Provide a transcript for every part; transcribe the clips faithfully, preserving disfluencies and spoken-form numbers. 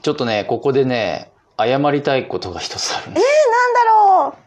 ちょっとね、ここでね、謝りたいことが一つあるんえー、 です。 なんだろう。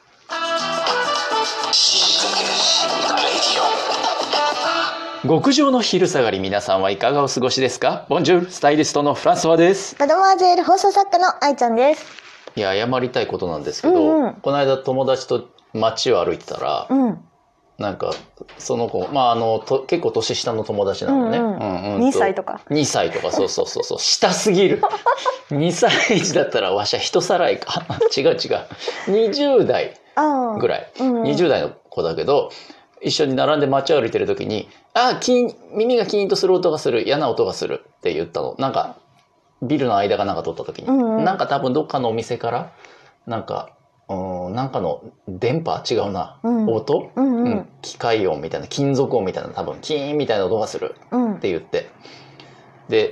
極上の昼下がり、皆さんはいかがお過ごしですか？ボンジュール、スタイリストのフランソワです。 マドモアゼール放送作家の愛ちゃんです。 いや、謝りたいことなんですけど、 うんうん、 この間友達と街を歩いてたら、 うん、 なんかその子、まああのと結構年下の友達なのね。 うんうんうんうん、 にさいとか。 にさいとか、そうそうそうそう、下すぎる。にさい児だったらわしは人さらいか。違う違う。にじゅう代ぐらい、 うんうん、 にじゅう代の子だけど、一緒に並んで街を歩いてる時に「あ、キーン、耳がキーンとする音がする、嫌な音がする」って言ったの。なんかビルの間がなんか通った時に、 うんうん、 なんか多分どっかのお店からなんかうんなんかの電波違うな、うん、音、うんうん、機械音みたいな、金属音みたいな、多分キーンみたいな音がするって言って、うん、で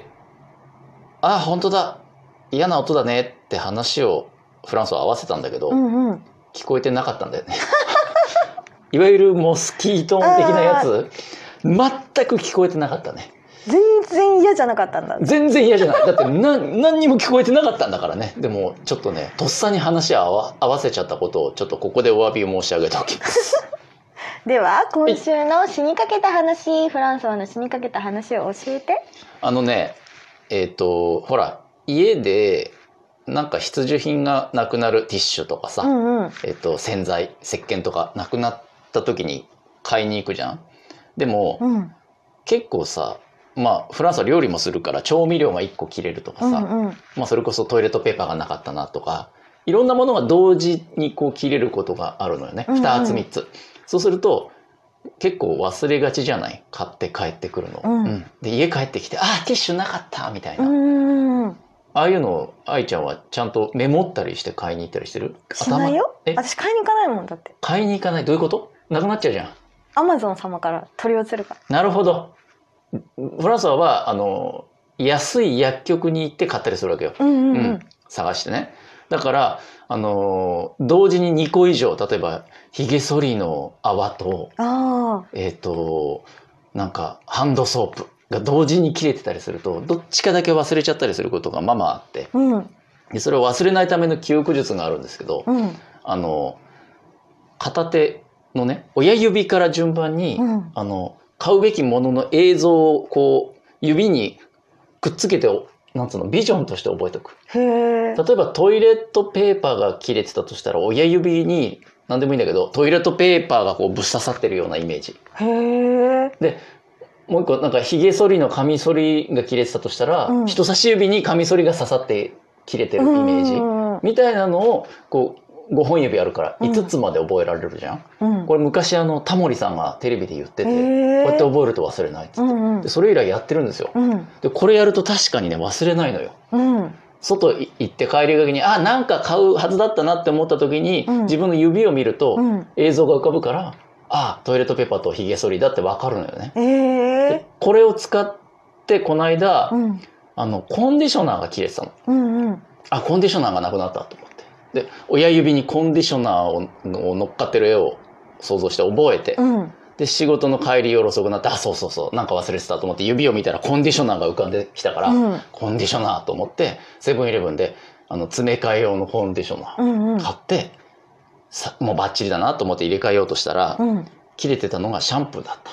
「あ、本当だ、嫌な音だね」って話をフランスは合わせたんだけど、うんうん、聞こえてなかったんだよね。いわゆるモスキート音的なやつ、全く聞こえてなかったね。 全然嫌じゃなかったんだ。 全然嫌じゃない。だってな何にも聞こえてなかったんだからね。でもちょっとね、とっさに話を合わ合わせちゃったことをちょっとここでお詫びを申し上げておきます。 では今週の死にかけた話、フランソワの死にかけた話を教えて。 あのね、えっとほら、家でなんか必需品がなくなる、ティッシュとかさ、うんうん、えっと洗剤、石鹸とかなくなった時に買いに行くじゃん。でも、うん、結構さ、まあフランスは料理もするから調味料がいっこ切れるとかさ、うんうん、まあそれこそトイレットペーパーがなかったなとか、いろんなものが同時にこう切れることがあるのよね。ふたつみっつ。そうすると結構忘れがちじゃない、買って帰ってくるの。うんうん、で家帰ってきて、あーティッシュなかったみたいな。うん、ああいうのを愛ちゃんはちゃんとメモったりして買いに行ったりしてる？ しないよ。私買いに行かないもんだって。 買いに行かない？どういうこと？なくなっちゃうじゃん。 アマゾン様から取り寄せるから。 なるほど。フランスはあの安い薬局に行って買ったりするわけよ。うんうんうんうん、探してね。だからあの同時ににこ以上、例えばひげ剃りの泡とえっとなんかハンドソープが同時に切れてたりすると、どっちかだけ忘れちゃったりすることがまあまああって、うん、でそれを忘れないための記憶術があるんですけど、うん、あの片手のね、親指から順番に、うん、あの買うべきものの映像をこう指にくっつけて、なんつうの、ビジョンとして覚えておく。へー。例えばトイレットペーパーが切れてたとしたら、親指に何でもいいんだけどトイレットペーパーがこうぶっ刺さってるようなイメージ。へー。でもう一個、なんかひげ剃りのカミソリが切れてたとしたら、うん、人差し指にカミソリが刺さって切れてるイメージみたいなのをこうごほん指あるからいつつまで覚えられるじゃん。うん、これ昔あのタモリさんがテレビで言ってて、こうやって覚えると忘れないっつって、うんうん、でそれ以来やってるんですよ。うん、でこれやると確かにね、忘れないのよ。うん、外行って帰りがけに、あ、なんか買うはずだったなって思った時に、うん、自分の指を見ると映像が浮かぶから、あ、トイレットペーパーとひげ剃りだって分かるのよね。えー、でこれを使ってこの間、うん、あのコンディショナーが切れてたの。うんうん、あ、コンディショナーがなくなったと思って。で親指にコンディショナーを乗っかってる絵を想像して覚えて、うん、で仕事の帰り夜遅くなって、あ、そうそうそう、なんか忘れてたと思って指を見たらコンディショナーが浮かんできたから、うん、コンディショナーと思ってセブンイレブンであの詰め替え用のコンディショナー買って、うんうん、さもうバッチリだなと思って入れ替えようとしたら、うん、切れてたのがシャンプーだった。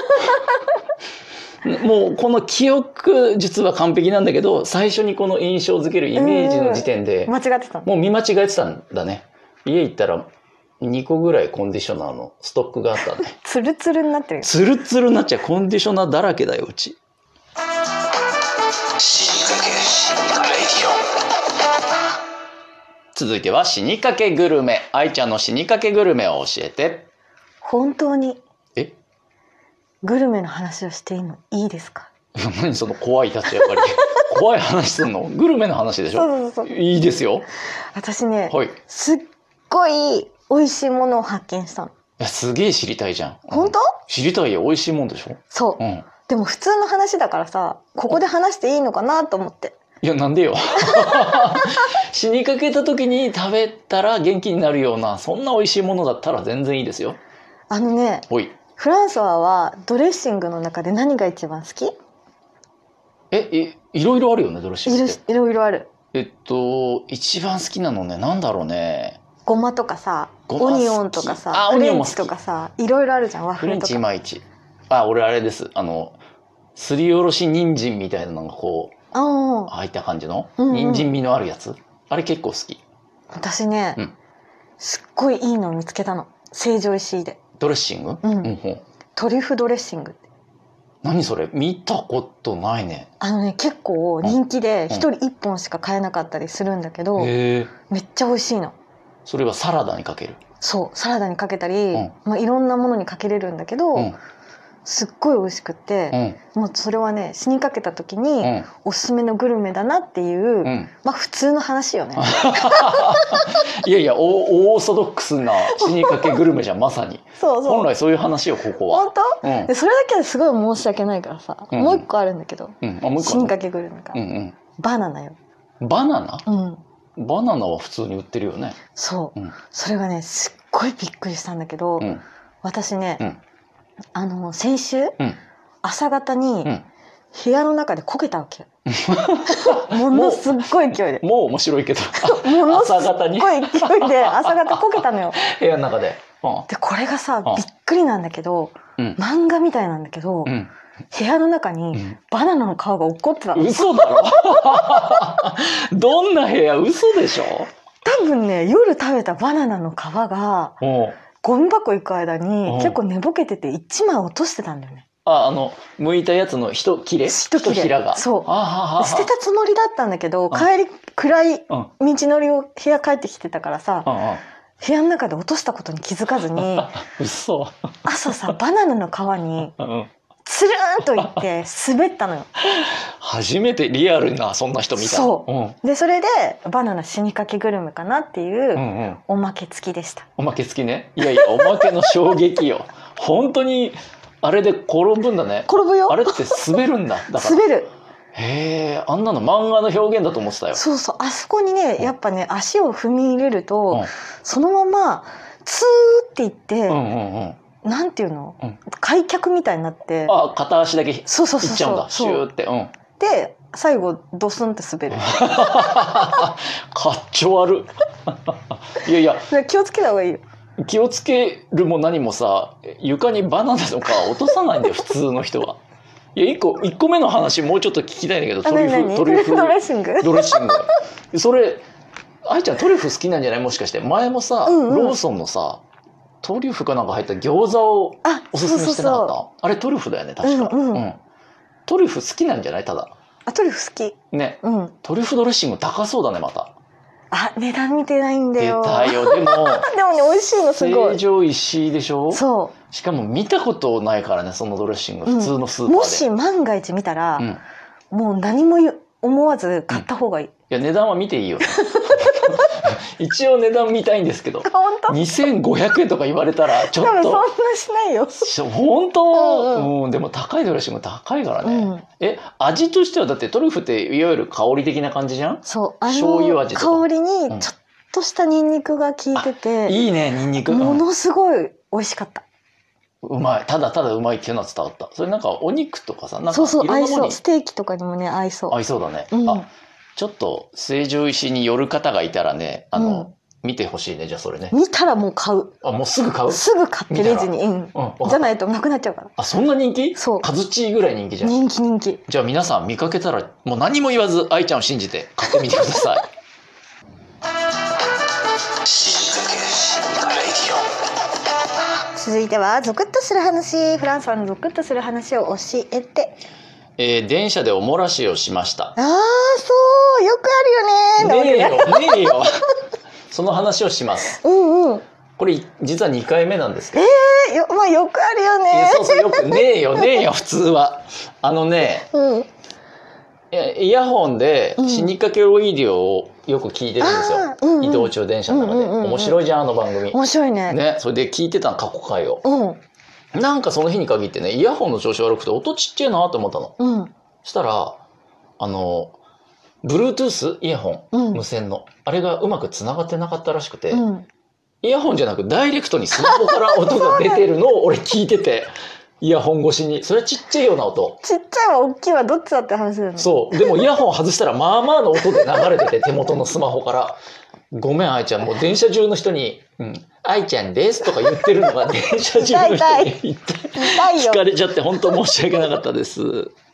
もうこの記憶術は完璧なんだけど、最初にこの印象づけるイメージの時点で間違ってた。 もう見間違えてたんだね。家行ったらにこぐらいコンディショナーのストックがあったね。 ツルツルになってるよ。 ツルツルになっちゃう。コンディショナーだらけだようち。続いては死にかけグルメ。愛ちゃんの死にかけグルメを教えて。 本当にえグルメの話をしていいのいいですか？ 何その怖い立ち上がり。怖い話すんの？グルメの話でしょ？そうそうそう。いいですよ。 私ね、はい、すっごい美味しいものを発見したの。いや、すげえ知りたいじゃん。 本当？ 知りたいよ。美味しいもんでしょ？ そう、うん、でも普通の話だからさ、ここで話していいのかなと思って。 いや、なんでよ。死にかけた時に食べたら元気になるような、そんな美味しいものだったら全然いいですよ。 あのね、 おい、 フランソワはドレッシングの中で何が一番好き？ えいいろいろあるよねドレッシングって。 いろいろある。 えっと一番好きなのねなんだろうね。 ごまとかさオニオンとかさフレンチとかさいろいろあるじゃん。ワッフルとか。 フレンチいまいち。あ俺あれですあのすりおろし人参みたいなのがこう入った感じの、うんうん、人参味のあるやつあれ結構好き。 私ね、うん、すっごいいいのを見つけたの成城石井で。 ドレッシング、うんうん、 トリュフドレッシングって。 何それ見たことないね。 あのね結構人気で一人一本しか買えなかったりするんだけど、うん、めっちゃ美味しいの。 それはサラダにかける。 そうサラダにかけたり、うん、まあ、いろんなものにかけれるんだけど、うん、すっごい美味しくって、うん、もうそれはね死にかけた時に、うん、おすすめのグルメだなっていう、うん、まあ普通の話よね。 いやいやオーソドックスな死にかけグルメじゃんまさに。そうそう本来そういう話よここは。 本当、うん、でそれだけですごい申し訳ないからさ、うん、もう一個あるんだけど、うん、あもう一個死にかけグルメが、うんうん、バナナよ。 バナナ、うんバナナは普通に売ってるよね。 そう、うん、それがねすっごいびっくりしたんだけど、うん、私ね、うん、あの先週、うん、朝方に部屋の中でこけたわけ。ものすっごい勢いで。 もう面白いけど。 ものすっごい勢いで朝方こけたのよ。 部屋の中で。 うん、でこれがさびっくりなんだけど、うん、漫画みたいなんだけど。うん部屋の中にバナナの皮が落っこってたの。 嘘だろ。どんな部屋嘘でしょ。 多分ね夜食べたバナナの皮がゴミ箱行く間に結構寝ぼけてて一枚落としてたんだよね。 ああの剥いたやつの一切れ一切れがそうあ捨てたつもりだったんだけど帰り暗い道のりを部屋帰ってきてたからさ部屋の中で落としたことに気づかずに嘘朝さバナナの皮につるーんといって滑ったのよ。 初めてリアルなそんな人見た。 そう、うん、でそれでバナナ死にかけグルメかなっていうおまけ付きでした。 おまけ付きね。いやいやおまけの衝撃よ。本当にあれで転ぶんだね。 転ぶよ。 あれって滑るんだ。だから滑る。 へえあんなの漫画の表現だと思ってたよ。 そうそうあそこにねやっぱね足を踏み入れると、うん、そのままツーっていって、うんうんうんなんていうの、うん、開脚みたいになってあ片足だけいっちゃうんだ。 そうそうそうそうシューって、うん、 で最後ドスンって滑る。 かっちょ悪いやいや気をつけた方がいいよ。 気をつけるも何もさ床にバナナとか落とさないんだよ普通の人は。いやいっこいっこめの話もうちょっと聞きたいんだけどトリュフトリュフドレッシングドレッシングそれ愛ちゃんトリュフ好きなんじゃないもしかして。前もさ、うんうん、ローソンのさトリュフかなんか入った餃子をおすすめしてなかった。 あ, そうそうそうあれトリュフだよね確か、うんうんうん、トリュフ好きなんじゃないただあトリュフ好きね、うん、トリュフドレッシング高そうだねまた。 あ値段見てないんだよ。 出たよでもでもね美味しいのすごい。 成城石井でしょ。 そうしかも見たことないからねそのドレッシング普通のスーパーで、うん、 もし万が一見たら、うん、もう何も思わず買った方がいい、うん、いや値段は見ていいよ一応値段見たいんですけどにせんごひゃくえんとか言われたらちょっと多分そんなしないよ本当、うんうんうん、でも高いドレッシング高いからね、うん、え味としてはだってトリュフっていわゆる香り的な感じじゃん。 そうあ醤油味とか香りにちょっとしたニンニクが効いてて、 うん、いいねニンニクものすごい美味しかった。 うまいただただうまいっていうのは伝わった。それなんかお肉とかさなんかそうそう合いそうステーキとかにもね合いそう合いそうだね、うん、あちょっと成城石井に寄る方がいたらねあの、うん、見てほしいねじゃあそれね。 見たらもう買う。 あもうすぐ買う。 すぐ買ってレジに、うん、じゃないとなくなっちゃうから。 あそんな人気。 そうカズチーぐらい人気じゃん。 人気人気。 じゃあ皆さん見かけたらもう何も言わず愛ちゃんを信じて買ってみてください。 続いてはゾクッとする話。フランスさんのゾクッとする話を教えて。 えー、電車でおもらしをしました。 ああそうよくあるよね。 ねえよねえよその話をします。 うんうん。 これ実はにかいめなんですけど。 ええー、よまあよくあるよね。 そうそうよくねえよねえよ普通はあのね、うん、イヤホンで死にかけレディオをよく聞いてるんですよ、うんうん、移動中電車の中で、うんうんうんうん、面白いじゃんあの番組。 面白いね。 ねそれで聞いてた過去回を。うんなんかその日に限ってねイヤホンの調子悪くて音ちっちゃいなと思ったの、うん、したらあの Bluetooth イヤホン、うん、無線のあれがうまくつながってなかったらしくて、うん、イヤホンじゃなくダイレクトにスマホから音が出てるのを俺聞いててイヤホン越しに。それはちっちゃいような音。 ちっちゃいは大きいはどっちだって話だよね。 そう。でもイヤホン外したらまあまあの音で流れてて、手元のスマホから。ごめん、愛ちゃん。もう電車中の人に、うん、愛ちゃんですとか言ってるのが電車中の人に言って聞かれちゃって本当申し訳なかったです。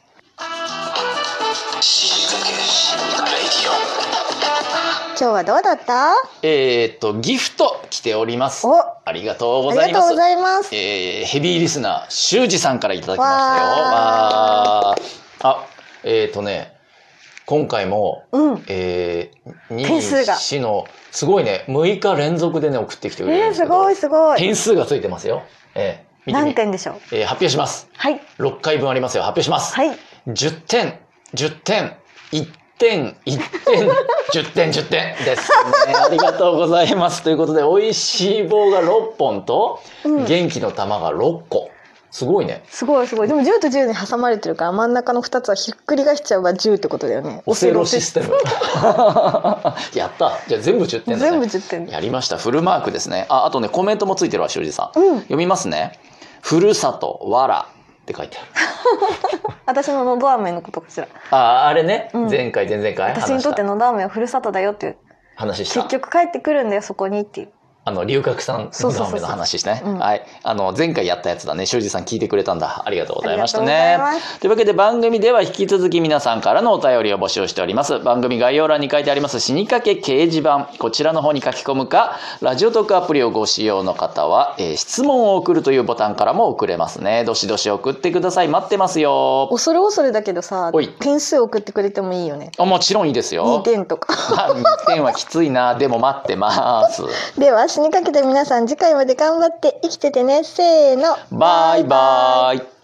今日はどうだった？ えー、っとギフト来ております。 お、 ありがとうございます。ありがとうございます。えー、ヘビーリスナー修二さんからいただきましたよ。わー。あ、えー、っとね、今回も、うん、えー、に、しのすごいね、むいか連続でね送ってきてくれるんですけど、 えー、すごいすごい。 点数がついてますよ。えー、見てみ何点でしょう？ えー、発表します。 はい。 ろっかいぶんありますよ。発表します。 はい。 じゅってん、じゅってん、いってん、いってん、じゅってん、じゅってんですね。ありがとうございます。ということで、美味しい棒がろっぽんと、うん、元気の玉がろっこ。すごいね。 すごいすごい。でもじゅうとじゅうに挟まれてるから真ん中のふたつはひっくり返しちゃうがじゅうってことだよね。 オセロシステム。やった。じゃあ全部じゅってんだね。 全部じゅってん。 やりました。フルマークですね。あ、あとねコメントもついてるわ、修二さん。うん、読みますね。ふるさとわらって書いてある。 私ののど飴のことかしら。 あ、あれね。うん、前回前々回。 私にとってのど飴はふるさとだよっていう話した。 結局帰ってくるんだよそこにっていう。 あの龍角散のダメの話ですね。はい、あの前回やったやつだね。修二さん聞いてくれたんだ。ありがとうございましたね。というわけで番組では引き続き皆さんからのお便りを募集しております。番組概要欄に書いてあります死にかけ掲示板、こちらの方に書き込むか、ラジオトークアプリをご使用の方は、えー、質問を送るというボタンからも送れますね。どしどし送ってください。待ってますよ。 恐る恐るだけどさ、点数送ってくれてもいいよね。 あ、もちろんいいですよ。 にてんとか。 にてんはきついな。でも待ってます。 では死にかけて皆さん次回まで頑張って生きててね。せーの。 バイバイ。